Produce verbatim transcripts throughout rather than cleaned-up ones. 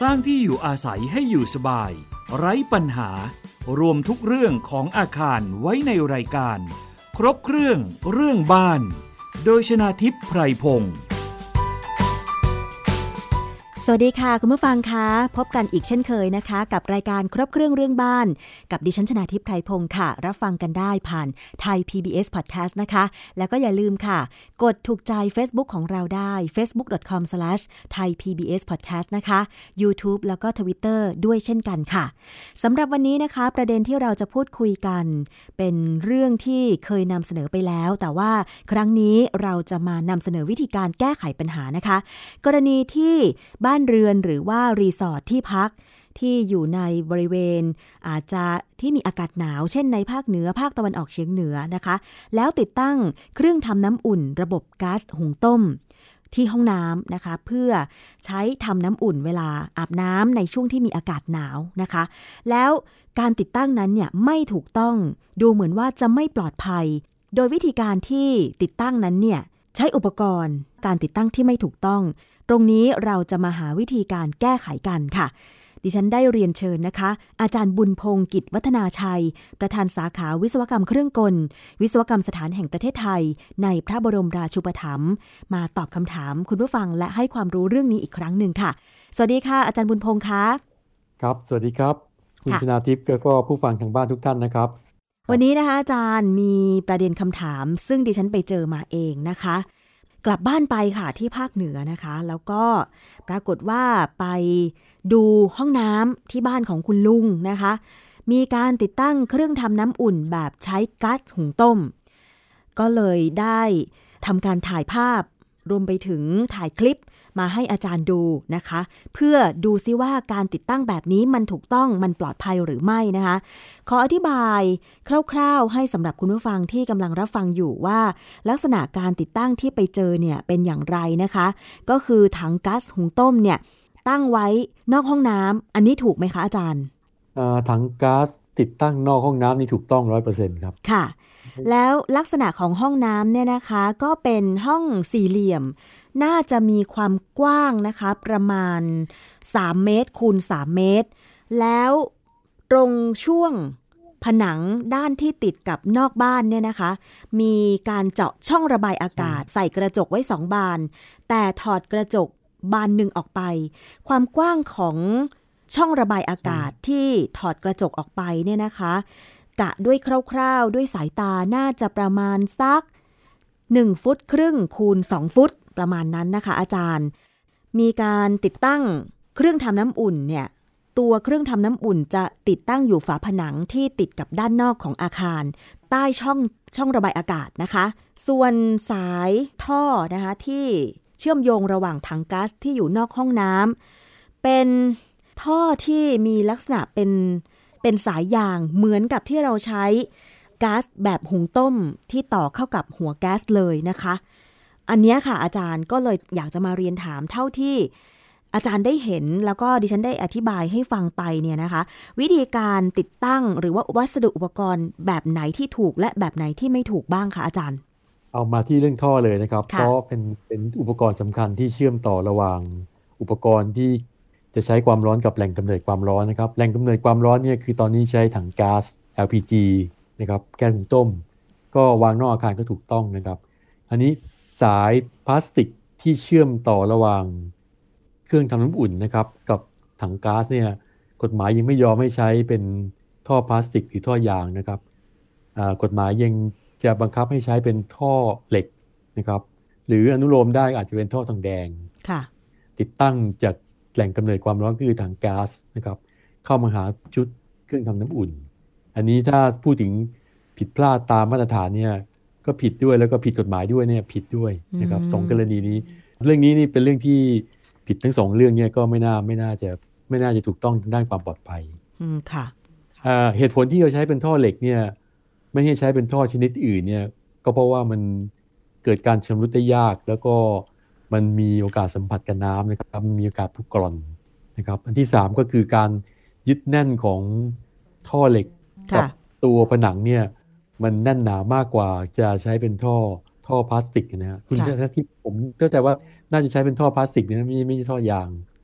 สร้างที่อยู่อาศัยให้อยู่สบายไร้ปัญหารวมทุกเรื่องของอาคารไว้ในรายการครบเครื่องเรื่องบ้านโดยชนาทิพย์ไพรพงศ์สวัสดีค่ะคุณผู้ฟังคะพบกันอีกเช่นเคยนะคะกับรายการครบเครื่องเรื่องบ้านกับดิฉันชนาทิพย์ไพรพงศ์ค่ะรับฟังกันได้ผ่านไทย พี บี เอส Podcast นะคะแล้วก็อย่าลืมค่ะกดถูกใจ Facebook ของเราได้ เฟซบุ๊ก ดอท คอม สแลช ไทย พี บี เอส พอดแคสต์ นะคะ YouTube แล้วก็ Twitter ด้วยเช่นกันค่ะสำหรับวันนี้นะคะประเด็นที่เราจะพูดคุยกันเป็นเรื่องที่เคยนำเสนอไปแล้วแต่ว่าครั้งนี้เราจะมานำเสนอวิธีการแก้ไขปัญหานะคะกรณีที่บ้านเรือนหรือว่ารีสอร์ทที่พักที่อยู่ในบริเวณอาจจะที่มีอากาศหนาวเช่นในภาคเหนือภาคตะวันออกเฉียงเหนือนะคะแล้วติดตั้งเครื่องทำน้ำอุ่นระบบก๊าซหุงต้มที่ห้องน้ำนะคะเพื่อใช้ทำน้ำอุ่นเวลาอาบน้ำในช่วงที่มีอากาศหนาวนะคะแล้วการติดตั้งนั้นเนี่ยไม่ถูกต้องดูเหมือนว่าจะไม่ปลอดภัยโดยวิธีการที่ติดตั้งนั้นเนี่ยใช้อุปกรณ์การติดตั้งที่ไม่ถูกต้องตรงนี้เราจะมาหาวิธีการแก้ไขกันค่ะดิฉันได้เรียนเชิญนะคะอาจารย์บุญพงศ์กิจวัฒนาชัยประธานสาขาวิศวกรรมเครื่องกลวิศวกรรมสถานแห่งประเทศไทยในพระบรมราชูปถัมภ์มาตอบคำถามคุณผู้ฟังและให้ความรู้เรื่องนี้อีกครั้งหนึ่งค่ะสวัสดีค่ะอาจารย์บุญพงศ์คะครับสวัสดีครับคุณชนาทิพย์แล้วก็ผู้ฟังทางบ้านทุกท่านนะครับวันนี้นะคะอาจารย์มีประเด็นคำถามซึ่งดิฉันไปเจอมาเองนะคะกลับบ้านไปค่ะที่ภาคเหนือนะคะแล้วก็ปรากฏว่าไปดูห้องน้ำที่บ้านของคุณลุงนะคะมีการติดตั้งเครื่องทำน้ำอุ่นแบบใช้ก๊าซหุงต้มก็เลยได้ทำการถ่ายภาพรวมไปถึงถ่ายคลิปมาให้อาจารย์ดูนะคะเพื่อดูซิว่าการติดตั้งแบบนี้มันถูกต้องมันปลอดภัยหรือไม่นะคะขออธิบายคร่าวๆให้สำหรับคุณผู้ฟังที่กำลังรับฟังอยู่ว่าลักษณะการติดตั้งที่ไปเจอเนี่ยเป็นอย่างไรนะคะก็คือถังก๊าซหุงต้มเนี่ยตั้งไว้นอกห้องน้ำอันนี้ถูกไหมคะอาจารย์ถังก๊าซติดตั้งนอกห้องน้ำนี่ถูกต้อง ร้อยเปอร์เซ็นต์ ครับค่ะแล้วลักษณะของห้องน้ำเนี่ยนะคะก็เป็นห้องสี่เหลี่ยมน่าจะมีความกว้างนะคะประมาณสามเมตรคูณสามเมตรแล้วตรงช่วงผนังด้านที่ติดกับนอกบ้านเนี่ยนะคะมีการเจาะช่องระบายอากาศใส่กระจกไว้สองบานแต่ถอดกระจกบานหนึ่งออกไปความกว้างของช่องระบายอากาศที่ถอดกระจกออกไปเนี่ยนะคะกะด้วยคร่าวๆด้วยสายตาน่าจะประมาณสักหนึ่งฟุตครึ่งคูณสองฟุตประมาณนั้นนะคะอาจารย์มีการติดตั้งเครื่องทำน้ำอุ่นเนี่ยตัวเครื่องทำน้ำอุ่นจะติดตั้งอยู่ฝาผนังที่ติดกับด้านนอกของอาคารใต้ช่องช่องระบายอากาศนะคะส่วนสายท่อนะคะที่เชื่อมโยงระหว่างถังก๊าซที่อยู่นอกห้องน้ำเป็นท่อที่มีลักษณะเป็นเป็นสายยางเหมือนกับที่เราใช้ก๊าซแบบหุงต้มที่ต่อเข้ากับหัวแก๊สเลยนะคะอันนี้ค่ะอาจารย์ก็เลยอยากจะมาเรียนถามเท่าที่อาจารย์ได้เห็นแล้วก็ดิฉันได้อธิบายให้ฟังไปเนี่ยนะคะวิธีการติดตั้งหรือว่าวัสดุอุปกรณ์แบบไหนที่ถูกและแบบไหนที่ไม่ถูกบ้างคะอาจารย์เอามาที่เรื่องท่อเลยนะครับเพราะเป็นเป็นอุปกรณ์สำคัญที่เชื่อมต่อระหว่างอุปกรณ์ที่จะใช้ความร้อนกับแหล่งกำเนิดความร้อนนะครับแหล่งกำเนิดความร้อนเนี่ยคือตอนนี้ใช้ถังก๊าซ แอล พี จี นะครับแก๊สหุงต้มก็วางนอกอาคารก็ถูกต้องนะครับอันนี้สายพลาสติกที่เชื่อมต่อระหว่างเครื่องทำน้ำอุ่นนะครับกับถังก๊าซเนี่ยกฎหมายยังไม่ยอมให้ใช้เป็นท่อพลาสติกหรือท่อยางนะครับกฎหมายยังจะบังคับให้ใช้เป็นท่อเหล็กนะครับหรืออนุโลมได้อาจจะเป็นท่อทองแดงติดตั้งจากแหล่งกำเนิดความร้อนคือถังก๊าซนะครับเข้ามาหาชุดเครื่องทำน้ำอุ่นอันนี้ถ้าพูดถึงผิดพลาดตามมาตรฐานเนี่ยก็ผิดด้วยแล้วก็ผิดกฎหมายด้วยเนี่ยผิดด้วยนะครับสองกรณีนี้เรื่องนี้นี่เป็นเรื่องที่ผิดทั้งสองเรื่องเนี่ยก็ไม่น่าไม่น่าจะไม่น่าจะถูกต้องด้านความปลอดภัยอืมค่ะเหตุผลที่เราใช้เป็นท่อเหล็กเนี่ยไม่ให้ใช้เป็นท่อชนิดอื่นเนี่ยก็เพราะว่ามันเกิดการชำรุดได้ยากแล้วก็มันมีโอกาสสัมผัสกับน้ำนะครับมีโอกาสผุกร่อนนะครับอันที่สามก็คือการยึดแน่นของท่อเหล็กกับตัวผนังเนี่ยมันแน่นหนามากกว่าจะใช้เป็นท่อท่ ท่อพลาสติกนะฮะคุณที่ผมเข้าใจว่าน่าจะใช้เป็นท่อพลาสติกนะไม่ไม่ใช่ท่อยาง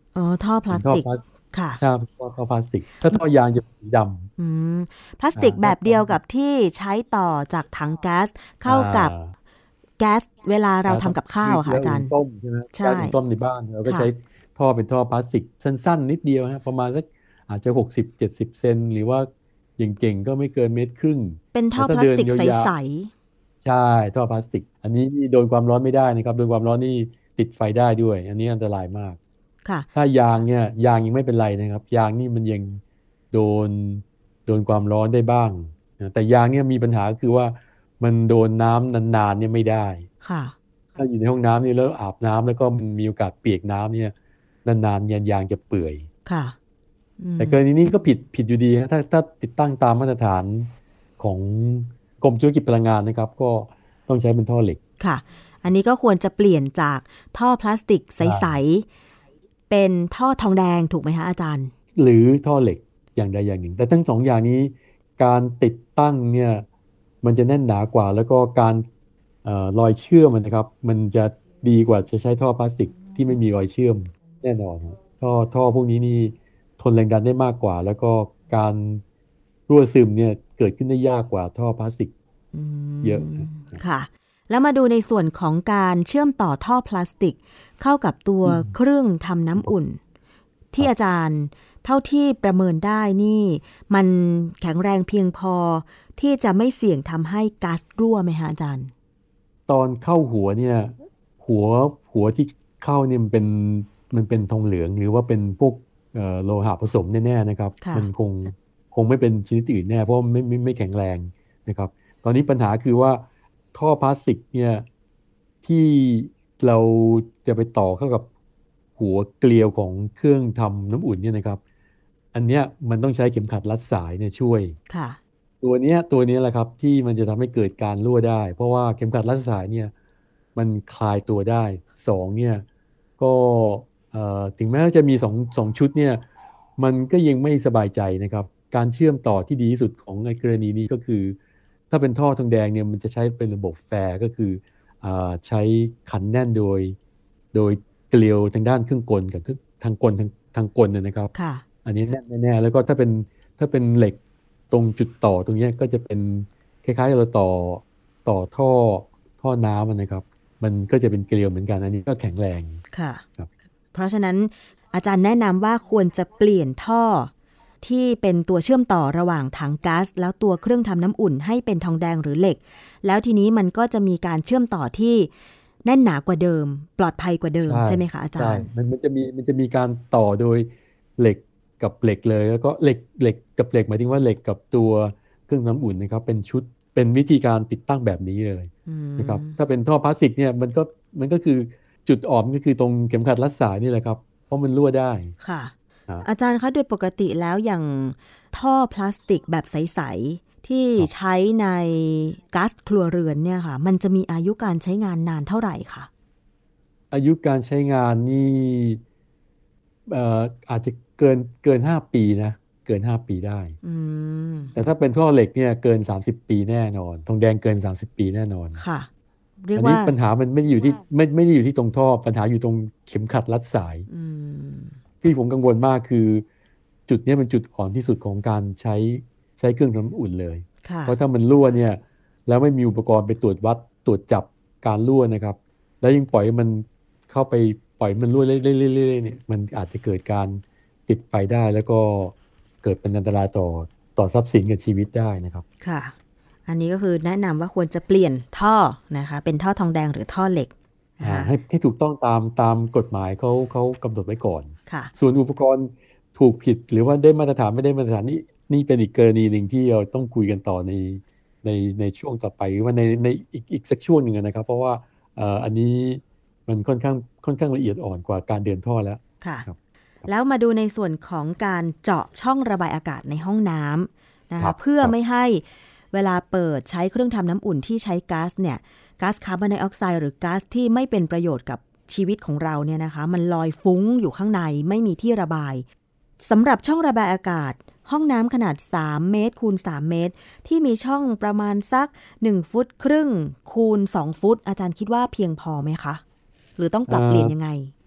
อ๋อท่อพลาสติกค่ะใช่ท่อพลาสติกถ้าท่อยางจะสีดำอืมพลาสติกแบบเดียวกับที่ใช้ต่อจากถังแก๊สเข้ากับแก๊สเวลาเราทำกับข้าวค่ะอาจารย์ต้มใช่ไหมใช่ต้มในบ้านเราก็ใช้ท่อเป็นท่อพลาสติกสั้นๆนิดเดียวฮะประมาณสักอาจจะหกสิบ เจ็ดสิบเซนหรือว่าอย่างเก่งก็ไม่เกินเมตรครึ่งเป็นท่อพลาสติกใสๆใช่ท่อพลาสติกอันนี้โดนความร้อนไม่ได้นะครับโดนความร้อนนี่ติดไฟได้ด้วยอันนี้อันตรายมากถ้ายางเนี่ยยางยังไม่เป็นไรนะครับยางนี่มันยังโดนโดนความร้อนได้บ้างแต่ยางเนี่ยมีปัญหาคือว่ามันโดนน้ำนานๆเนี่ยไม่ได้ค่ะถ้าอยู่ในห้องน้ำนี่แล้วอาบน้ำแล้วก็มันมีโอกาสเปียกน้ำเนี่ยนานๆยางยางจะเปื่อยค่ะแต่กรณีนี้ก็ผิดผิดอยู่ดีถ้าถ้าติดตั้งตามมาตรฐานของกรมธุรกิจพลังงานนะครับก็ต้องใช้เป็นท่อเหล็กค่ะอันนี้ก็ควรจะเปลี่ยนจากท่อพลาสติกใสๆเป็นท่อทองแดงถูกไหมคะอาจารย์หรือท่อเหล็กอย่างใดอย่างหนึ่งแต่ทั้งสองอย่างนี้การติดตั้งเนี่ยมันจะแน่นหนากว่าแล้วก็การเอ่อรอยเชื่อมนะครับมันจะดีกว่าจะใช้ท่อพลาสติกที่ไม่มีรอยเชื่อมแน่นอนท่อท่อพวกนี้นี่ทนแรงดันได้มากกว่าแล้วก็การรั่วซึมเนี่ยเกิดขึ้นได้ยากกว่าท่อพลาสติกเยอะค่ะแล้วมาดูในส่วนของการเชื่อมต่อท่อพลาสติกเข้ากับตัวเครื่องทำน้ำอุ่นที่อาจารย์เท่าที่ประเมินได้นี่มันแข็งแรงเพียงพอที่จะไม่เสี่ยงทำให้ก๊าซรั่วไหมคะอาจารย์ตอนเข้าหัวเนี่ยหัวหัวที่เข้าเนี่ยมันเป็นมันเป็นทองเหลืองหรือว่าเป็นพวกโลหะผสมแน่ๆนะครับมันคงคงไม่เป็นชนิดอื่นแน่เพราะไม่ไม่ไม่แข็งแรงนะครับตอนนี้ปัญหาคือว่าท่อพลาสติกเนี่ยที่เราจะไปต่อเข้ากับหัวเกลียวของเครื่องทำน้ำอุ่นเนี่ยนะครับอันเนี้ยมันต้องใช้เข็มขัดรัดสายเนี่ยช่วยตัวเนี้ยตัวนี้แหละครับที่มันจะทำให้เกิดการรั่วได้เพราะว่าเข็มขัดรัดสายเนี่ยมันคลายตัวได้สองเนี่ยก็ถึงแม้ว่าจะมีสองสองชุดเนี่ยมันก็ยังไม่สบายใจนะครับการเชื่อมต่อที่ดีที่สุดของในกรณีนี้ก็คือถ้าเป็นท่อทองแดงเนี่ยมันจะใช้เป็นระบบแฟร์ก็คือใช้ขันแน่นโดยโดยเกลียวทางด้านเครื่องกลกับทางกลทางทางกลนะครับอันนี้แน่แน่แล้วก็ถ้าเป็นถ้าเป็นเหล็กตรงจุดต่อตรงนี้ก็จะเป็นคล้ายๆเราต่อต่อท่อท่อน้ำนะครับมันก็จะเป็นเกลียวเหมือนกันอันนี้ก็แข็งแรงค่ะเพราะฉะนั้นอาจารย์แนะนำว่าควรจะเปลี่ยนท่อที่เป็นตัวเชื่อมต่อระหว่างถังก๊าซแล้วตัวเครื่องทำน้ำอุ่นให้เป็นทองแดงหรือเหล็กแล้วทีนี้มันก็จะมีการเชื่อมต่อที่แน่นหนากว่าเดิมปลอดภัยกว่าเดิม ใ, ใช่ไหมคะอาจารย์มันมันจะมีมันจะมีการต่อโดยเหล็กกับเหล็กเลยแล้วก็เหล็กเหล็กกับเหล็กหมายถึงว่าเหล็กกับตัวเครื่องน้ำอุ่นนะครับเป็นชุดเป็นวิธีการติดตั้งแบบนี้เลยนะครับถ้าเป็นท่อพลาสติกเนี่ยมันก็มันก็คือจุดอ่อนก็คือตรงเข็มขัดรัดสายนี่แหละครับเพราะมันรั่วได้ค่ะอาจารย์คะโดยปกติแล้วอย่างท่อพลาสติกแบบใสๆที่ใช้ในก๊าซครัวเรือนเนี่ยค่ะมันจะมีอายุการใช้งานนานเท่าไหร่คะอายุการใช้งานนี่เอ่ออาจจะเกินเกินห้าปีนะเกินห้าปีได้แต่ถ้าเป็นท่อเหล็กเนี่ยเกินสามสิบปีแน่นอนทองแดงเกินสามสิบปีแน่นอนค่ะเรียกว่าอันนี้ปัญหามันไม่ได้อยู่ที่ไม่ไม่ได้อยู่ที่ตรงท่อปัญหาอยู่ตรงเข็มขัดรัดสายที่ผมกังวลมากคือจุดนี้เป็นจุดอ่อนที่สุดของการใช้ใช้เครื่องทำน้ำอุ่นเลยเพราะถ้ามันรั่วเนี่ยแล้วไม่มีอุปกรณ์ไปตรวจวัดตรวจจับการรั่วนะครับแล้วยังปล่อยมันเข้าไปปล่อยมันรั่วเรื่อยๆเนี่ยมันอาจจะเกิดการติดไฟได้แล้วก็เกิดเป็นอันตรายต่อต่อทรัพย์สินกับชีวิตได้นะครับค่ะอันนี้ก็คือแนะนำว่าควรจะเปลี่ยนท่อนะคะเป็นท่อทองแดงหรือท่อเหล็กให้ให้ถูกต้องตามตามกฎหมายเขาเขากำหนดไว้ก่อนส่วนอุปกรณ์ถูกผิดหรือว่าได้มาตรฐานไม่ได้มาตรฐานนี่นี่เป็นอีกกรณีหนึ่งที่เราต้องคุยกันต่อในในในช่วงต่อไปหรือว่าในในอีกอีกสักช่วงหนึ่งนะครับเพราะว่าอันนี้มันค่อนข้างค่อนข้างละเอียดอ่อนกว่าการเดินท่อแล้วค่ะแล้วมาดูในส่วนของการเจาะช่องระบายอากาศในห้องน้ำนะคะเพื่อไม่ให้เวลาเปิดใช้เครื่องทำน้ำอุ่นที่ใช้ก๊าซเนี่ยก๊าซคาร์บอนไดออกไซด์หรือก๊าซที่ไม่เป็นประโยชน์กับชีวิตของเราเนี่ยนะคะมันลอยฟุ้งอยู่ข้างในไม่มีที่ระบายสำหรับช่องระบายอากาศห้องน้ำขนาดสามเมตรคูณสามเมตรที่มีช่องประมาณสักหนึ่งฟุตครึ่งคูณสองฟุตอาจารย์คิดว่าเพียงพอไหมคะหรือต้องปรับเปลี่ยนยังไง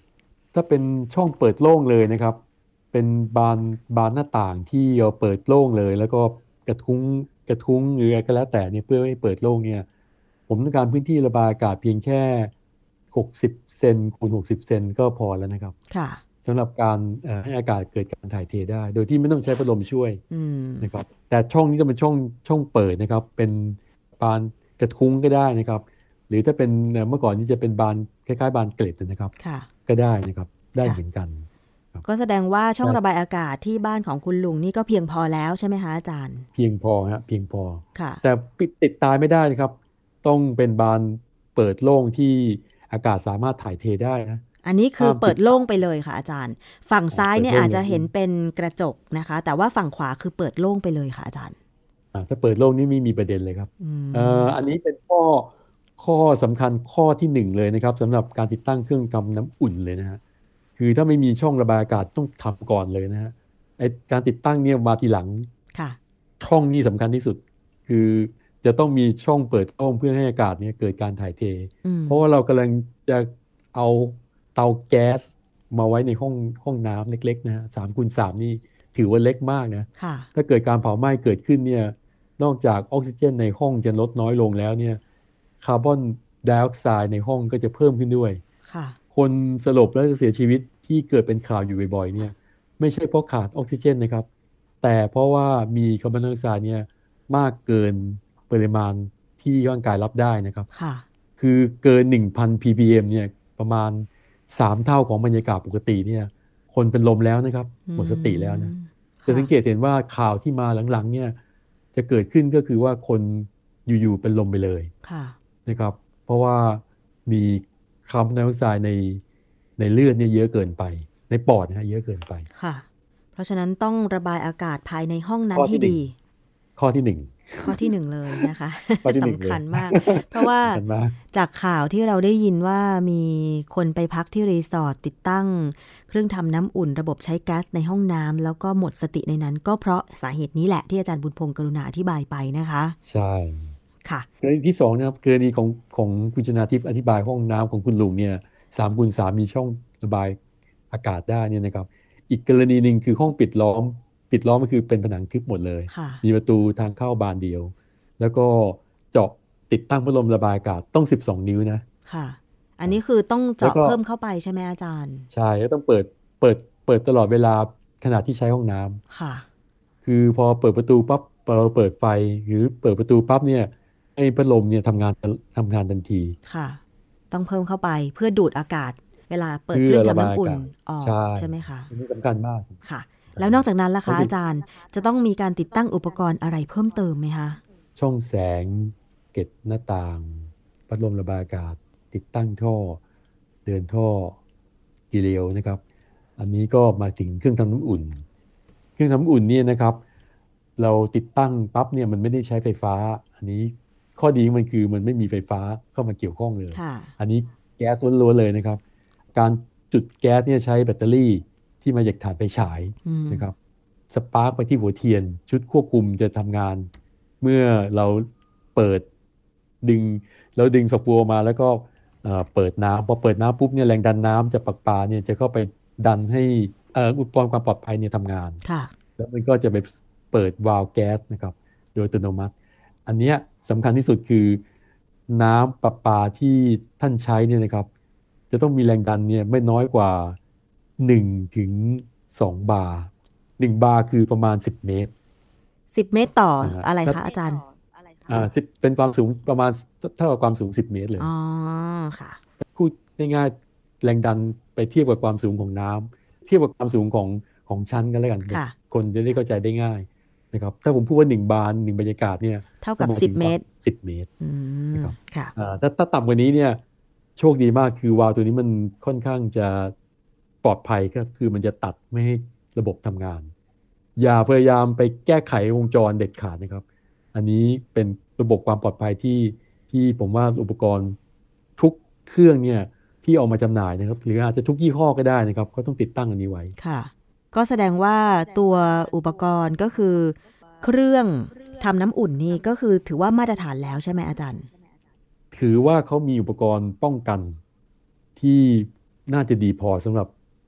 ถ้าเป็นช่องเปิดโล่งเลยนะครับเป็นบานบานหน้าต่างที่เราเปิดโล่งเลยแล้วก็กระทุ้งกระทุ้งหรืออะไรก็แล้วแต่เนี่ยเพื่อให้เปิดโล่งเนี่ยผมต้องการพื้นที่ระบายอากาศเพียงแค่หกสิบเซนคูณหกสิบเซนก็พอแล้วนะครับค่ะสำหรับการเอ่อให้อากาศเกิดการถ่ายเทได้โดยที่ไม่ต้องใช้พัดลมช่วยอืมนะครับแต่ช่องนี้จะเป็นช่องช่องเปิดนะครับเป็นบานกระทุ้งก็ได้นะครับหรือถ้าเป็นเอ่อเมื่อก่อนนี้จะเป็นบานคล้ายๆบานเกล็ดนะครับค่ะก็ได้นะครับได้ค่ะเหมือนกันครับก็แสดงว่าช่องและระบายอากาศที่บ้านของคุณลุงนี่ก็เพียงพอแล้วใช่ไหมคะอาจารย์เพียงพอฮะเพียงพอค่ะแต่ปิดติดตายไม่ได้นะครับต้องเป็นบานเปิดโล่งที่อากาศสามารถถ่ายเทได้นะอันนี้คือห้ามเปิปิดตายดโล่งไปเลยค่ะอาจารย์ฝั่งซ้ายเปิดเนี่ยอาจจะโล่งเลยเห็นเป็นกระจกนะคะแต่ว่าฝั่งขวาคือเปิดโล่งไปเลยค่ะอาจารย์อ่าถ้าเปิดโล่งนี่ไม่มีประเด็นเลยครับอืเอ่อมอันนี้เป็นข้อข้อสำคัญข้อที่หนึ่งเลยนะครับสำหรับการติดตั้งเครื่องทำน้ำอุ่นเลยนะฮะคือถ้าไม่มีช่องระบายอากาศต้องทำก่อนเลยนะฮะไอการติดตั้งเนี่ยมาทีหลังค่ะช่องนี้สำคัญที่สุดคือจะต้องมีช่องเปิดโล่งเพื่อให้อากาศเนี่ยเกิดการถ่ายเทอืมเพราะว่าเรากำลังจะเอาเตาแก๊สมาไว้ในห้องห้องน้ำเล็กๆนะฮะสามคูณสามนี่ถือว่าเล็กมากนะค่ะถ้าเกิดการเผาไหม้เกิดขึ้นเนี่ยนอกจากออกซิเจนในห้องจะลดน้อยลงแล้วเนี่ยคาร์บอนไดออกไซด์ในห้องก็จะเพิ่มขึ้นด้วยค่ะคนสลบและเสียชีวิตที่เกิดเป็นข่าวอยู่บ่อยๆเนี่ยไม่ใช่เพราะขาดออกซิเจนนะครับ แต่เพราะว่ามีคาร์บอนไดออกไซด์เนี่ยมากเกินปริมาณที่ร่างกายรับได้นะครับค่ะคือเกิน หนึ่งพัน พี พี เอ็ม เนี่ยประมาณสามเท่าของบรรยากาศปกติเนี่ยคนเป็นลมแล้วนะครับอืหมดสติแล้วมนะจะค่ะสังเกตเห็นว่าข่าวที่มาหลังๆเนี่ยจะเกิดขึ้นก็คือว่าคนอยู่ๆเป็นลมไปเลยค่ะนะครับเพราะว่ามีคาร์บอนไดออกไซด์ในในเลือดเนี่ยเยอะเกินไปในปอดนะฮะเยอะเกินไปค่ะเพราะฉะนั้นต้องระบายอากาศภายในห้องนั้นให้ข้อที่หนึ่งดีข้อที่หนึ่งข้อที่หนึ่งเลยนะคะข้อที่หนึ่งสำเลยคัญมาก เพราะว่าสำคัญมากจากข่าวที่เราได้ยินว่ามีคนไปพักที่รีสอร์ทติดตั้งเครื่องทำน้ำอุ่นระบบใช้แก๊สในห้องน้ำแล้วก็หมดสติในนั้นก็เพราะสาเหตุนี้แหละที่อาจารย์บุญพงศ์กรุณาอธิบายไปนะคะใช่ค่ะกรณีที่สองนะครับกรณีของของคุณชนาทิพย์อธิบายห้องน้ำของคุณลุงเนี่ยสามคูณสามมีช่องระบายอากาศได้เนี่ยนะครับอีกกรณีหนึ่งคือห้องปิดล้อมปิดล้อมก็คือเป็นผนังทึบหมดเลยค่ะมีประตูทางเข้าบานเดียวแล้วก็เจาะติดตั้งพัดลมระบายอากาศต้องสิบสองนิ้วนะค่ะอันนี้คือต้องแล้วเจาะก็เพิ่มเข้าไปใช่ไหมอาจารย์ใช่แล้วต้องเปิดเปิดเปิดตลอดเวลาขณะที่ใช้ห้องน้ำค่ะคือพอเปิดประตูปั๊บเราเปิดไฟหรือเปิดประตูปั๊บเนี่ยไอ้พัดลมเนี่ยทำงานทำงานทันทีค่ะต้องเพิ่มเข้าไปเพื่อดูดอากาศเวลาเปิดเคเพื่รื่องทำอระบายอาน้ำอุ่นกาศออกใช่ใช่ไหมคะอันนี้สำคัญมากค่ะแล้วนอกจากนั้นล่ะคะเพราะสิ่งอาจารย์จะต้องมีการติดตั้งอุปกรณ์อะไรเพิ่มเติมไหมคะช่องแสงเกล็ดหน้าต่างพัดลมระบายอากาศติดตั้งท่อเดินท่อทีเดียวนะครับอันนี้ก็มาถึงเครื่องทำน้ำอุ่นเครื่องทำน้ำอุ่นเนี่ยนะครับเราติดตั้งปั๊บเนี่ยมันไม่ได้ใช้ไฟฟ้าอันนี้ข้อดีของมันคือมันไม่มีไฟฟ้าเข้ามาเกี่ยวข้องเลยค่ะอันนี้แก๊สล้วนๆเลยนะครับการจุดแก๊สเนี่ยใช้แบตเตอรี่ที่มาจากถ่านไฟฉายอืมนะครับสปาร์กไปที่หัวเทียนชุดควบคุมจะทำงาน เมื่อเราเปิดดึงแล้วดึงฝักบัวมาแล้วก็เอ่อเปิดน้ำพอเปิดน้ำปุ๊บเนี่ยแรงดันน้ำจากปากปลาเนี่ยจะเข้าไปดันให้เอ่ออุปกรณ์ความปลอดภัยเนี่ยทำงานค่ะแล้วมันก็จะไปเปิดวาล์วแก๊สนะครับโดยอัตโนมัติอันเนี้ยสำคัญที่สุดคือน้ำประปาที่ท่านใช้เนี่ยนะครับจะต้องมีแรงดันเนี่ยไม่น้อยกว่าหนึ่งถึงสองบาร์หนึ่งบาร์คือประมาณสิบเมตรสิบเมตรต่อนะฮะอะไรถ้าคะอาจารย์อ่าสิบเป็นความสูงประมาณเท่ากับความสูงสิบเมตรเลยอ๋อค่ะพูดง่ายๆแรงดันไปเทียบกับความสูงของน้ำเทียบกับความสูงของของชั้นกันแล้วกันค่ะคนจะได้เข้าใจได้ง่ายนะครับถ้าผมพูดว่าหนึ่งบานหนึ่งบรรยากาศเนี่ยเท่ากับสิบเมตรสิบเมตรอืมนะครับค่ะอ่าถ้าถ้าต่ำกว่านี้เนี่ยโชคดีมากคือวาล์วตัวนี้มันค่อนข้างจะปลอดภัยก็คือมันจะตัดไม่ให้ระบบทำงานอย่าพยายามไปแก้ไขวงจรเด็ดขาดนะครับอันนี้เป็นระบบความปลอดภัยที่ที่ผมว่าอุปกรณ์ทุกเครื่องเนี่ยที่ออกมาจำหน่ายนะครับหรืออาจจะทุกยี่ห้อก็ได้นะครับก็ต้องติดตั้งอันนี้ไว้ค่ะก็แสดงว่าตัวอุปกรณ์ก็คือเครื่องทำน้ำอุ่นนี่ก็คือถือว่ามาตรฐานแล้วใช่ไหมอาจารย์ถือว่าเขามีอุปกรณ์ป้องกันที่น่าจะดีพอสำหรับ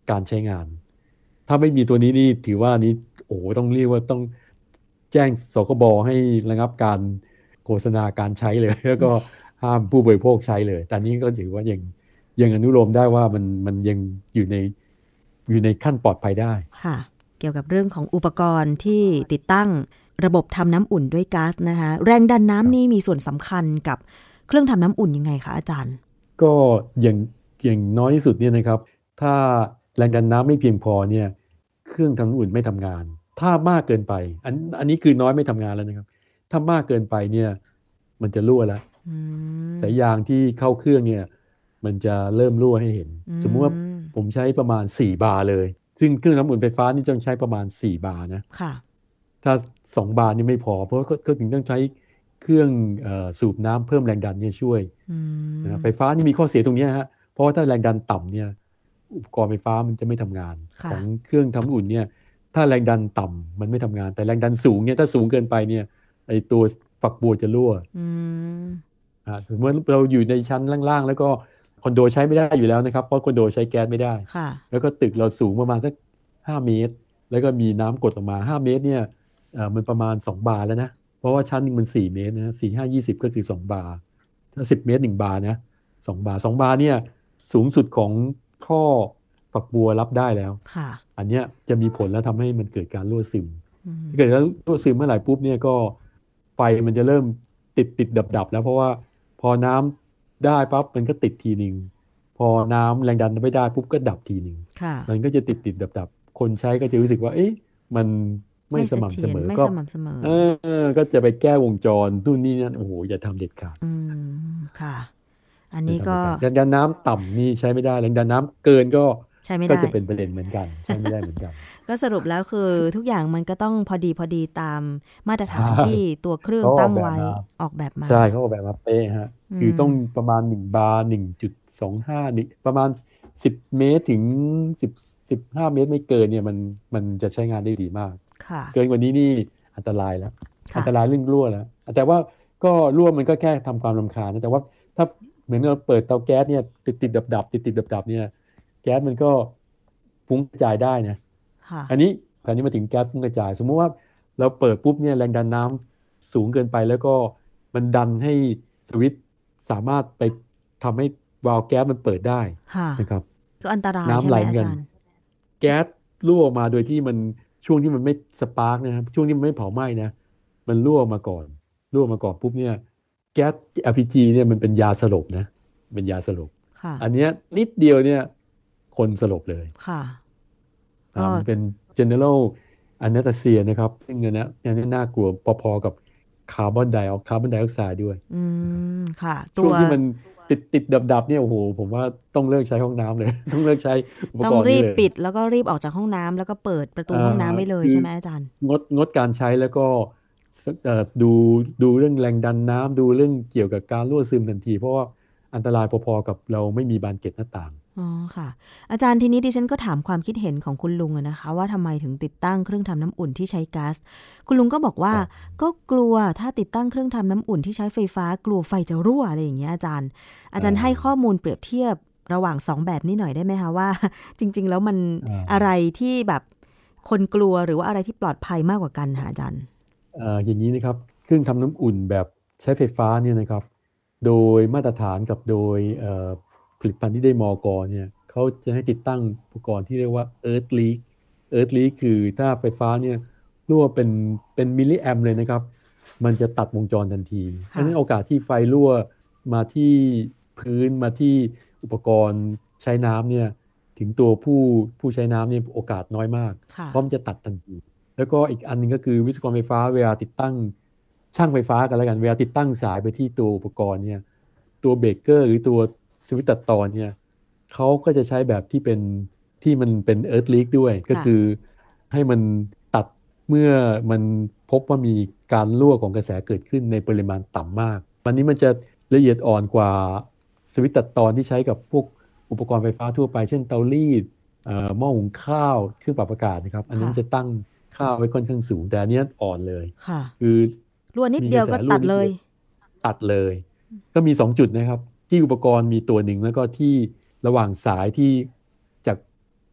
การใช้งานถ้าไม่มีตัวนี้นี่ถือว่านี้โอ้ต้องเรียกว่าต้องแจ้งสคบให้ระงับการโฆษณาการใช้เลยแล้วก็ห้ามผู้บริโภคใช้เลยแต่นี้ก็ถือว่ายังยังอนุโลมได้ว่ามันมันยังอยู่ในอยู่ในขั้นปลอดภัยได้ค่ะเกี่ยวกับเรื่องของอุปกรณ์ที่ติดตั้งระบบทำน้ำอุ่นด้วยก๊าซนะคะแรงดันน้ำนี่มีส่วนสำคัญกับเครื่องทำน้ำอุ่นยังไงคะอาจารย์ก็อย่างอย่างน้อยที่สุดเนี่ยนะครับถ้าแรงดันน้ำไม่เพียงพอเนี่ยเครื่องทำน้ำอุ่นไม่ทำงานถ้ามากเกินไปอันอันนี้คือน้อยไม่ทำงานแล้วนะครับถ้ามากเกินไปเนี่ยมันจะรั่วแล้วสายยางที่เข้าเครื่องเนี่ยมันจะเริ่มรั่วให้เห็นสมมุติว่าผมใช้ประมาณสี่บาร์เลยซึ่งเครื่องทำน้ำอุ่นไฟฟ้านี่ต้องใช้ประมาณสี่บาร์นะถ้าสองบาร์นี่ไม่พอเพราะก็ถึงต้องใช้เครื่องเอ่อสูบน้ำเพิ่มแรงดันเนี่ยช่วยนะไฟฟ้านี่มีข้อเสียตรงนี้ฮะเพราะว่าถ้าแรงดันต่ำเนี่ยอุปกรณ์ไฟฟ้ามันจะไม่ทำงานของเครื่องทำน้ำอุ่นเนี่ยถ้าแรงดันต่ำมันไม่ทำงานแต่แรงดันสูงเนี่ยถ้าสูงเกินไปเนี่ยไอตัวฝักบัวจะรั่วอ่าถึงเมื่อเราอยู่ในชั้นล่างๆแล้วก็คอนโดใช้ไม่ได้อยู่แล้วนะครับเพราะคอนโดใช้แก๊สไม่ได้แล้วก็ตึกเราสูงประมาณสักห้าเมตรแล้วก็มีน้ำกดลงมาห้าเมตรเนี่ยเอ่อมันประมาณสองบาร์แล้วนะเพราะว่าชั้นนึงมันสี่เมตรนะสี่ ห้า ยี่สิบก็คือสองบาร์ถ้าสิบเมตรหนึ่งบาร์นะสองบาร์สองบาร์เนี่ยสูงสุดของท่อฝักบัวรับได้แล้วอันเนี้ยจะมีผลแล้วทำให้มันเกิดการรั่วซึมถ้าเกิดแล้วรั่วซึมเมื่อไหร่ปุ๊บเนี่ยก็ไฟมันจะเริ่มติดติดดับดับแล้วเพราะว่าพอน้ำได้ปั๊บมันก็ติดทีนึงพอน้ำแรงดันไม่ได้ปุ๊บก็ดับทีนึงมันก็จะติดติดดับดับคนใช้ก็จะรู้สึกว่าเอ๊ะมันไม่สม่ำเสมอก็เออก็จะไปแก้วงจรนู่นนี่นั่นโอ้โหอย่าทำเด็ดขาดอืมค่ะอันนี้ก็แรงดันน้ำต่ำนี่ใช้ไม่ได้แรงดันน้ำเกินก็ใช้ไม่ได้ก็จะเป็นประเด็นเหมือนกันใช้ไม่ได้เหมือนกันก็สรุปแล้วคือทุกอย่างมันก็ต้องพอดีพอดีตามมาตรฐานที่ตัวเครื่องตั้งไว้ออกแบบมาใช่เขาออกแบบมาเป๊ะฮะคือต้องประมาณหนึ่งบาร์ หนึ่งจุดสองห้า นี่ประมาณสิบเมตรถึงสิบ สิบห้าเมตรไม่เกินเนี่ยมันมันจะใช้งานได้ดีมากเกินกว่านี้นี่อันตรายแล้วอันตรายเรื่องรั่วแล้วแต่ว่าก็รั่วมันก็แค่ทำความรำคาญนะแต่ว่าถ้าเหมือนเราเปิดเตาแก๊สเนี่ยติดติดดับดับติดติดดับดับเนี่ยแก๊สมันก็ฟุ้งกระจายได้นะอันนี้คราวนี้มาถึงแก๊สฟุ้งกระจายสมมติว่าเราเปิดปุ๊บเนี่ยแรงดันน้ำสูงเกินไปแล้วก็มันดันให้สวิตช์สามารถไปทำให้วาล์วแก๊สมันเปิดได้นะครับก็อันตรายใช่ไหมอาจารย์แก๊สรั่วออกมาโดยที่มันช่วงที่มันไม่สปาร์กนะครับช่วงที่มันไม่เผาไหม้นะมันรั่วมาก่อนรั่วมาก่อนปุ๊บเนี่ยแก๊ส แอล พี จี เนี่ยมันเป็นยาสลบนะเป็นยาสลบอันนี้นิดเดียวเนี่ยคนสลบเลยค่ะมันเป็น general anesthesia นะครับซึ่งอันนี้อันนี้น่ากลัวพอๆกับคาร์บอนไดออกคาร์บอนไดออกไซด์ด้วยอืมค่ะช่วงที่มันติดติดดับๆเนี่ยโอ้โหผมว่าต้องเลิกใช้ห้องน้ำเลยต้องเลิกใช้อุปกรณ์ต้องรีบปิดแล้วก็รีบออกจากห้องน้ำแล้วก็เปิดประตูห้องน้ำไว้เลยใช่ไหมอาจารย์งดงดการใช้แล้วก็ดูดูเรื่องแรงดันน้ำดูเรื่องเกี่ยวกับการรั่วซึมทันทีเพราะว่าอันตรายพอๆกับเราไม่มีบานเกล็ดหน้าต่างอ๋อค่ะอาจารย์ทีนี้ดิฉันก็ถามความคิดเห็นของคุณลุงนะคะว่าทำไมถึงติดตั้งเครื่องทำน้ำอุ่นที่ใช้ก๊าซคุณลุงก็บอกว่าก็กลัวถ้าติดตั้งเครื่องทำน้ำอุ่นที่ใช้ไฟฟ้ากลัวไฟจะรั่วอะไรอย่างเงี้ยอาจารย์อาจารย์ให้ข้อมูลเปรียบเทียบระหว่างสองแบบนี้หน่อยได้ไหมคะว่าจริงๆแล้วมันอะไรที่แบบคนกลัวหรือว่าอะไรที่ปลอดภัยมากกว่ากันคะอาจารย์อ่าอย่างนี้นะครับเครื่องทำน้ำอุ่นแบบใช้ไฟฟ้าเนี่ยนะครับโดยมาตรฐานกับโดยผลิตภัณฑ์ที่ได้มก.เนี่ยเขาจะให้ติดตั้งอุปกรณ์ที่เรียกว่า Earth Leak Earth Leak คือถ้าไฟฟ้าเนี่ยรั่วเป็นเป็นมิลลิแอมป์เลยนะครับมันจะตัดวงจรทันทีเพราะฉะนั้นโอกาสที่ไฟรั่วมาที่พื้นมาที่อุปกรณ์ใช้น้ำเนี่ยถึงตัวผู้ผู้ใช้น้ำเนี่ยโอกาสน้อยมากเพราะมันจะตัดทันทีแล้วก็อีกอันนึงก็คือวิศวกรไฟฟ้าเวลาติดตั้งช่างไฟฟ้ากันแล้วกันเวลาติดตั้งสายไปที่ตัวอุปกรณ์เนี่ยตัวเบรกเกอร์หรือตัวสวิตช์ตัดตอนเนี่ยเขาก็จะใช้แบบที่เป็นที่มันเป็น Earth Leak ด้วยก็คือให้มันตัดเมื่อมันพบว่ามีการรั่วของกระแสเกิดขึ้นในปริมาณต่ำมากวันนี้มันจะละเอียดอ่อนกว่าสวิตช์ตัดตอนที่ใช้กับพวกอุปกรณ์ไฟฟ้าทั่วไปเช่นเตารีดหม้อหุงข้าวเครื่องปรับอากาศนะครับอันนั้นจะตั้งค่าไว้ค่อนข้างสูงแต่อันนี้อ่อนเลยคือรั่วนิดเดียวก็ตัดเลยตัดเลยก็มีสองจุดนะครับที่อุปกรณ์มีตัวหนึ่งแล้วก็ที่ระหว่างสายที่จาก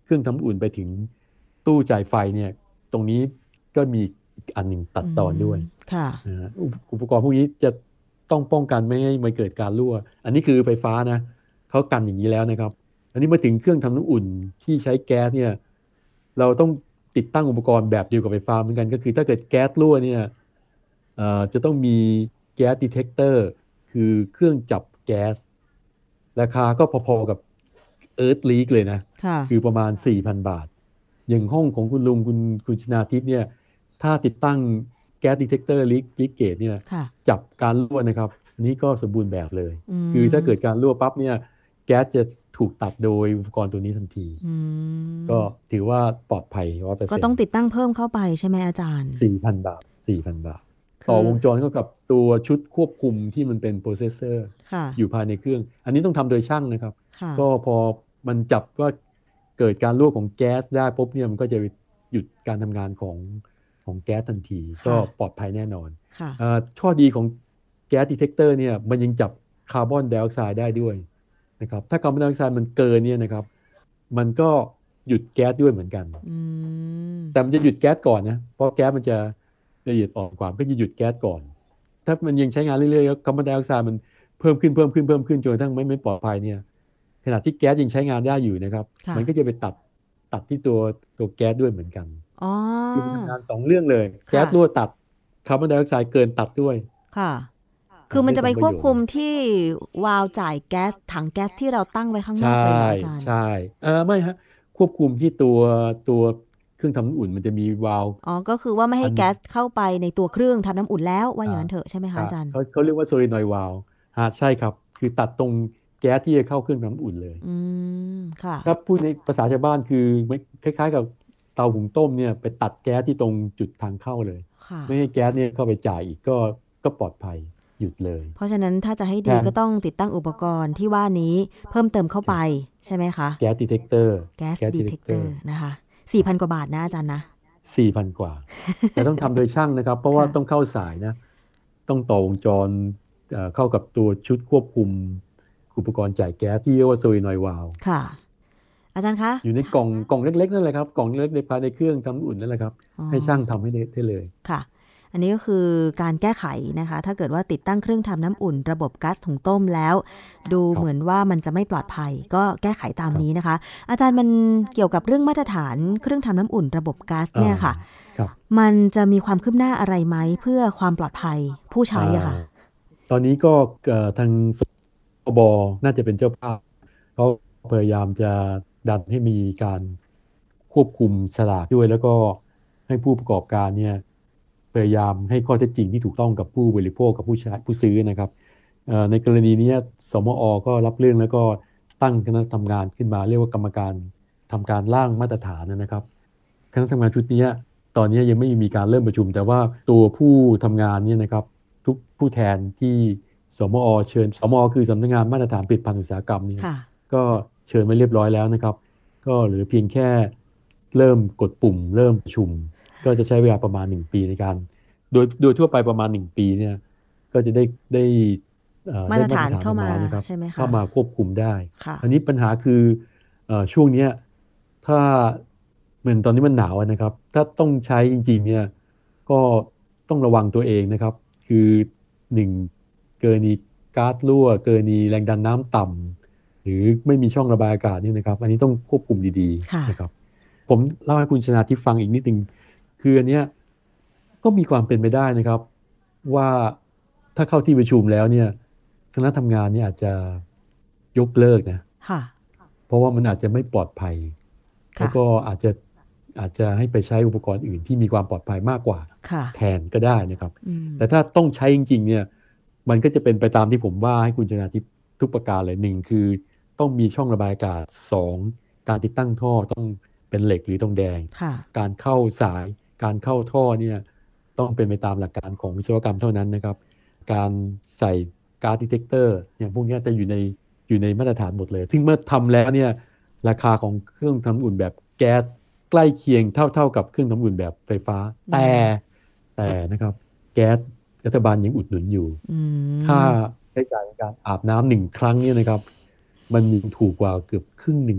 รื่องทำอุ่นไปถึงตู้จ่ายไฟเนี่ยตรงนี้ก็มีอีกอันหนึ่งตัดตอนด้วยค่ะอุปกรณ์พวกนี้จะต้องป้องกันไม่ให้มันเกิดการรั่วอันนี้คือไฟฟ้านะเขากันอย่างนี้แล้วนะครับอันนี้มาถึงเครื่องทำน้ำอุ่นที่ใช้แก๊สเนี่ยเราต้องติดตั้งอุปกรณ์แบบเดียวกับไฟฟ้าเหมือนกันก็คือถ้าเกิดแก๊สรั่วเนี่ยจะต้องมีแก๊สดีเทคเตอร์คือเครื่องจับแก๊สราคาก็พอๆกับเอิร์ธลีกเลยนะคือประมาณ สี่พัน บาทอย่างห้องของคุณลุงคุณคุณชนาทิพย์เนี่ยถ้าติดตั้งแก๊สดีเทคเตอร์ลีกลีกเกจเนี่ยจับการรั่วนะครับอันนี้ก็สมบูรณ์แบบเลยคือถ้าเกิดการรั่วปั๊บเนี่ยแก๊สจะถูกตัดโดยอุปกรณ์ตัวนี้ทันทีก็ถือว่าปลอดภัย ร้อยเปอร์เซ็นต์ก็ต้องติดตั้งเพิ่มเข้าไปใช่ไหมอาจารย์สี่พัน บาท สี่พัน บาทต่อวงจรก็กับตัวชุดควบคุมที่มันเป็นโปรเซสเซอร์อยู่ภายในเครื่องอันนี้ต้องทำโดยช่างนะครับก็พอมันจับว่าเกิดการรั่วของแก๊สได้ปุ๊บเนี่ยมันก็จะหยุดการทำงานของของแก๊สทันทีก็ปลอดภัยแน่นอนข้อดีของแก๊สดีเทคเตอร์เนี่ยมันยังจับคาร์บอนไดออกไซด์ได้ด้วยนะครับถ้าคาร์บอนไดออกไซด์มันเกินเนี่ยนะครับมันก็หยุดแก๊สด้วยเหมือนกันแต่มันจะหยุดแก๊สก่อนนะเพราะแก๊สมันจะละเอียดอ่อนกว่าก็จะหยุดแก๊สก่อนถ้ามันยังใช้งานเรื่อยๆแล้วคาร์บอนไดออกไซด์มันเพิ่มขึ้นเพิ่มขึ้นเพิ่มขึ้นจนกระทั่งไม่ไม่ปลอดภัยเนี่ยขณะที่แก๊สยังใช้งานได้อยู่นะครับมันก็จะไปตัดตัดที่ตัวตัวแก๊สด้วยเหมือนกันคือทำงานสองเรื่องเลยแก๊สรั่วตัดคาร์บอนไดออกไซด์เกินตัดด้วยค่ะคือมันจะไปควบคุมที่วาล์วจ่ายแก๊สถังแก๊สที่เราตั้งไว้ข้างนอกเลยนะอาจารย์ใช่เออไม่ฮะควบคุมที่ตัวตัวเครื่องทำน้ำอุ่นมันจะมีวาล์วอ๋อก็คือว่าไม่ให้แก๊สเข้าไปในตัวเครื่องทำน้ำอุ่นแล้วว่าอย่างนั้นเถอะใช่ไหมคะอาจารย์เขาเขาเรียกว่าโซลินอยด์วาล์วฮะใช่ครับคือตัดตรงแก๊สที่จะเข้าเครื่องน้ำอุ่นเลยอืมค่ะถ้าพูดในภาษาชาวบ้านคือคล้ายๆกับเตาหุงต้มเนี่ยไปตัดแก๊สที่ตรงจุดทางเข้าเลยไม่ให้แก๊สเนี่ยเข้าไปจ่ายอีกก็ก็ปลอดภัยหยุดเลยเพราะฉะนั้นถ้าจะให้ดีก็ต้องติดตั้งอุปกรณ์ที่ว่านี้เพิ่มเติมเข้าไปใช่ไหมคะแก๊สดีเทคเตอร์แก๊สดีเทคเตอร์นะคะ สี่พัน กว่าบาทนะอาจารย์นะสี่พัน กว่าแต่ต้องทำโดยช่างนะครับเพราะว่าต้องเข้าสายนะต้องต่อวงจรเข้ากับตัวชุดควบคุมอุปกรณ์จ่ายแก๊สที่เรียกว่าโซลินอยด์วาล์วค่ะอาจารย์คะอยู่ในกล่องกล่องเล็กๆนั่นแหละครับกล่องเล็กในภายในเครื่องทำน้ำอุ่นนั่นแหละครับให้ช่างทำให้ได้เลยค่ะอันนี้ก็คือการแก้ไขนะคะถ้าเกิดว่าติดตั้งเครื่องทำน้ำอุ่นระบบก๊าซถุงต้มแล้วดูเหมือนว่ามันจะไม่ปลอดภัยก็แก้ไขตามนี้นะคะอาจารย์มันเกี่ยวกับเรื่องมาตรฐานเครื่องทำน้ำอุ่นระบบก๊าซเนี่ยค่ะมันจะมีความคืบหน้าอะไรไหมเพื่อความปลอดภัยผู้ใช้อะค่ะตอนนี้ก็ทางสบบน่าจะเป็นเจ้าภาพเขาพยายามจะดันให้มีการควบคุมฉลากด้วยแล้วก็ให้ผู้ประกอบการเนี่ยพยายามให้ข้อเท็จจริงที่ถูกต้องกับผู้บริโภคกับผู้ใช้ผู้ซื้อนะครับในกรณีนี้สมอ.ก็รับเรื่องแล้วก็ตั้งคณะทำงานขึ้นมาเรียกว่ากรรมการทำการร่างมาตรฐานนะครับคณะทำงานชุดนี้ตอนนี้ยังไม่มีการเริ่มประชุมแต่ว่าตัวผู้ทำงานเนี่ยนะครับทุกผู้แทนที่สมอ.เชิญสมอ.คือสำนักงานมาตรฐานผลิตภัณฑ์อุตสาหกรรมนี่ก็เชิญไว้เรียบร้อยแล้วนะครับก็เหลือเพียงแค่เริ่มกดปุ่มเริ่มประชุมก็จะใช้เวลาประมาณหนึ่งปีในการโดยโดยทั่วไปประมาณหนึ่งปีเนี่ยก็จะได้ได้มาตรฐานเข้ามาใช่ไหมคะเข้ามาควบคุมได้อันนี้ปัญหาคือช่วงนี้ถ้าเหมือนตอนนี้มันหนาวนะครับถ้าต้องใช้จริงๆเนี่ยก็ต้องระวังตัวเองนะครับคือหนึ่งกรณีก๊าซรั่วกรณีแรงดันน้ำต่ำหรือไม่มีช่องระบายอากาศนี่นะครับอันนี้ต้องควบคุมดีๆนะครับผมเล่าให้คุณชนาทิพย์ฟังอีกนิดนึงคืออันเนี้ยก็มีความเป็นไปได้นะครับว่าถ้าเข้าที่ประชุมแล้วเนี่ยคณะทำงานเนี่ยอาจจะยกเลิกนะเพราะว่ามันอาจจะไม่ปลอดภัยแล้วก็อาจจะอาจจะให้ไปใช้อุปกรณ์อื่นที่มีความปลอดภัยมากกว่าแทนก็ได้นะครับแต่ถ้าต้องใช้จริงๆเนี่ยมันก็จะเป็นไปตามที่ผมว่าให้คุณชนาทิพย์ทุกประการเลยหนึ่งคือต้องมีช่องระบายอากาศสองการติดตั้งท่อต้องเป็นเหล็กหรือทองแดงการเข้าสายการเข้าท่อเนี่ยต้องเป็นไปตามหลักการของวิศวกรรมเท่านั้นนะครับการใส่ก๊าซดีเทคเตอร์อย่างพวกนี้จะอยู่ในอยู่ในมาตรฐานหมดเลยซึ่งเมื่อทำแล้วเนี่ยราคาของเครื่องทำน้ำอุ่นแบบแก๊สใกล้เคียงเท่าๆกับเครื่องทำน้ำอุ่นแบบไฟฟ้าแต่แต่นะครับแก๊สรัฐบาลยังอุดหนุนอยู่ค่าใช้จ่ายในการอาบน้ำหนึ่งครั้งเนี่ยนะครับมันถูกกว่าเกือบครึ่งหนึ่ง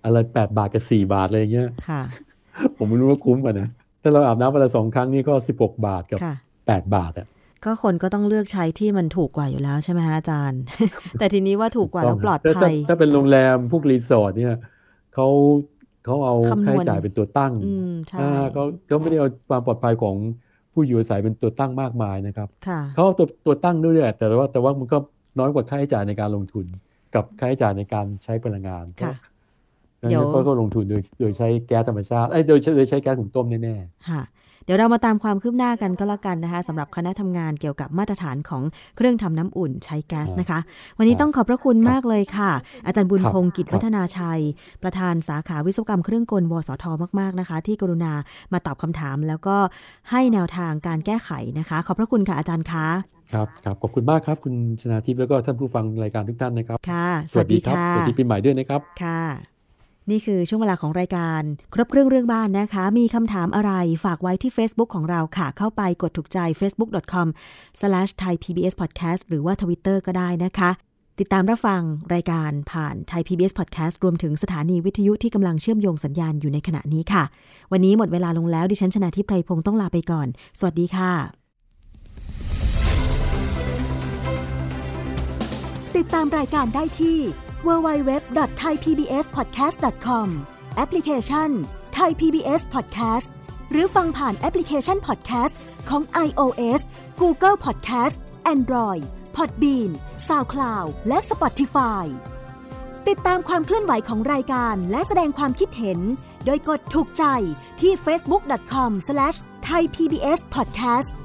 อะไรแปดบาทกับสี่บาทอะไรอย่างเงี้ยผมไม่รู้ว่าคุ้มกว่านะถ้าเราอาบน้ำวันละสองครั้งนี่ก็สิบหกบาทกับแปดบาทอ่ะก็คนก็ต้องเลือกใช้ที่มันถูกกว่าอยู่แล้วใช่ไหมฮะอาจารย์ แต่ทีนี้ว่าถูกกว่าแล้วปลอดภัยถ้าเป็นโรงแรมพวกรีสอร์ทเนี่ยเขาเขาเอาค่าใช้จ่ายเป็นตัวตั้งเขาเขาไม่ได้เอาความปลอดภัยของผู้อยู่อาศัยเป็นตัวตั้งมากมายนะครับเขาเอาตัวตัวตั้งด้วยแต่ว่าแต่ว่ามันก็น้อยกว่าค่าใช้จ่ายในการลงทุนกับค่าใช้จ่ายในการใช้พลังงานเดี๋ยวก็ลงทุนโดยโดยใช้แก๊สธรรมชาติไอ้โดยโดยใช้แก๊สหุงต้มแน่ๆค่ะเดี๋ยวเรามาตามความคืบหน้ากันก็แล้วกันนะคะสำหรับคณะทำงานเกี่ยวกับมาตรฐานของเครื่องทำน้ำอุ่นใช้แก๊สนะคะวันนี้ต้องขอบพระคุณมากเลยค่ะอาจารย์บุญพงศ์กิจวัฒนาชัยประธานสาขาวิศวกรรมเครื่องกลวสทมากๆนะคะที่กรุณามาตอบคำถามแล้วก็ให้แนวทางการแก้ไขนะคะขอบพระคุณค่ะอาจารย์คะครับครับขอบคุณมากครับคุณชนาทิพย์แล้วก็ท่านผู้ฟังรายการทุกท่านนะครับค่ะสวัสดีค่ะสวัสดีปีใหม่ด้วยนะครับค่ะนี่คือช่วงเวลาของรายการครบเครื่องเรื่องบ้านนะคะมีคำถามอะไรฝากไว้ที่ Facebook ของเราค่ะเข้าไปกดถูกใจ เฟซบุ๊ก ดอท คอม สแลช ไทย พี บี เอส พอดแคสต์ หรือว่า Twitter ก็ได้นะคะติดตามรับฟังรายการผ่าน Thai พี บี เอส Podcast รวมถึงสถานีวิทยุที่กำลังเชื่อมโยงสัญญาณอยู่ในขณะนี้ค่ะวันนี้หมดเวลาลงแล้วดิฉันชนาทิพย์ไพรพงศ์ต้องลาไปก่อนสวัสดีค่ะติดตามรายการได้ที่ ดับเบิลยู ดับเบิลยู ดับเบิลยู ดอท ไทย พี บี เอส พอดแคสต์ ดอท คอม แอปพลิเคชัน Thai พี บี เอส Podcast หรือฟังผ่านแอปพลิเคชัน Podcast ของ iOS Google Podcast Android Podbean SoundCloud และ Spotify ติดตามความเคลื่อนไหวของรายการและแสดงความคิดเห็นโดยกดถูกใจที่ เฟซบุ๊ก ดอท คอม สแลช ไทย พี บี เอส พอดแคสต์